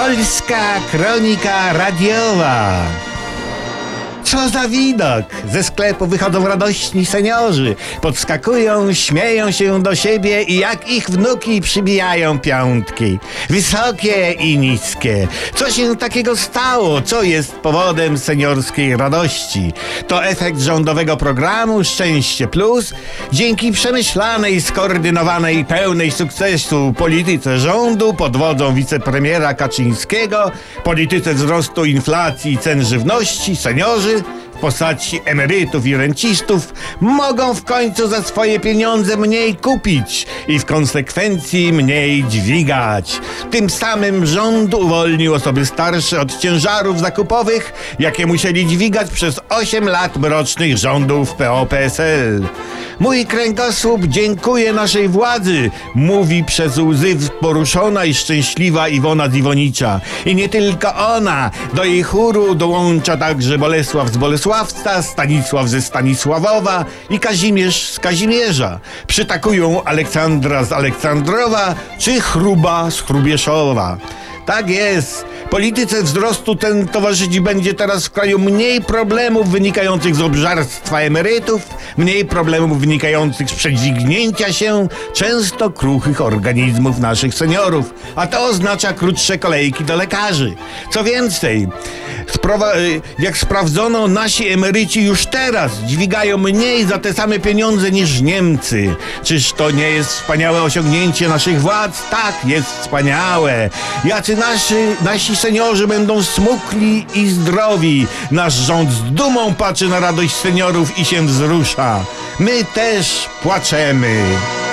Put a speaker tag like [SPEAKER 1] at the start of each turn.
[SPEAKER 1] Polska Kronika Radiowa. Co za widok! Ze sklepu wychodzą radośni seniorzy. Podskakują, śmieją się do siebie i jak ich wnuki przybijają piątki. Wysokie i niskie. Co się takiego stało? Co jest powodem seniorskiej radości? To efekt rządowego programu Szczęście Plus. Dzięki przemyślanej, skoordynowanej, pełnej sukcesu polityce rządu pod wodzą wicepremiera Kaczyńskiego, polityce wzrostu inflacji i cen żywności, seniorzy w postaci emerytów i rencistów mogą w końcu za swoje pieniądze mniej kupić i w konsekwencji mniej dźwigać. Tym samym rząd uwolnił osoby starsze od ciężarów zakupowych, jakie musieli dźwigać przez 8 lat mrocznych rządów PO-PSL. Mój kręgosłup dziękuję naszej władzy, mówi przez łzy poruszona i szczęśliwa Iwona z Iwonicza. I nie tylko ona, do jej chóru dołącza także Bolesław z Bolesławca, Stanisław ze Stanisławowa i Kazimierz z Kazimierza. Przytakują Aleksandra z Aleksandrowa czy Chruba z Chrubieszowa. Tak jest. Polityce wzrostu ten towarzyszyć będzie teraz w kraju mniej problemów wynikających z obżarstwa emerytów, mniej problemów wynikających z przedźwignięcia się często kruchych organizmów naszych seniorów, a to oznacza krótsze kolejki do lekarzy. Co więcej, jak sprawdzono, nasi emeryci już teraz dźwigają mniej za te same pieniądze niż Niemcy. Czyż to nie jest wspaniałe osiągnięcie naszych władz? Tak, jest wspaniałe. Jacy nasi seniorzy będą smukli i zdrowi. Nasz rząd z dumą patrzy na radość seniorów i się wzrusza. My też płaczemy.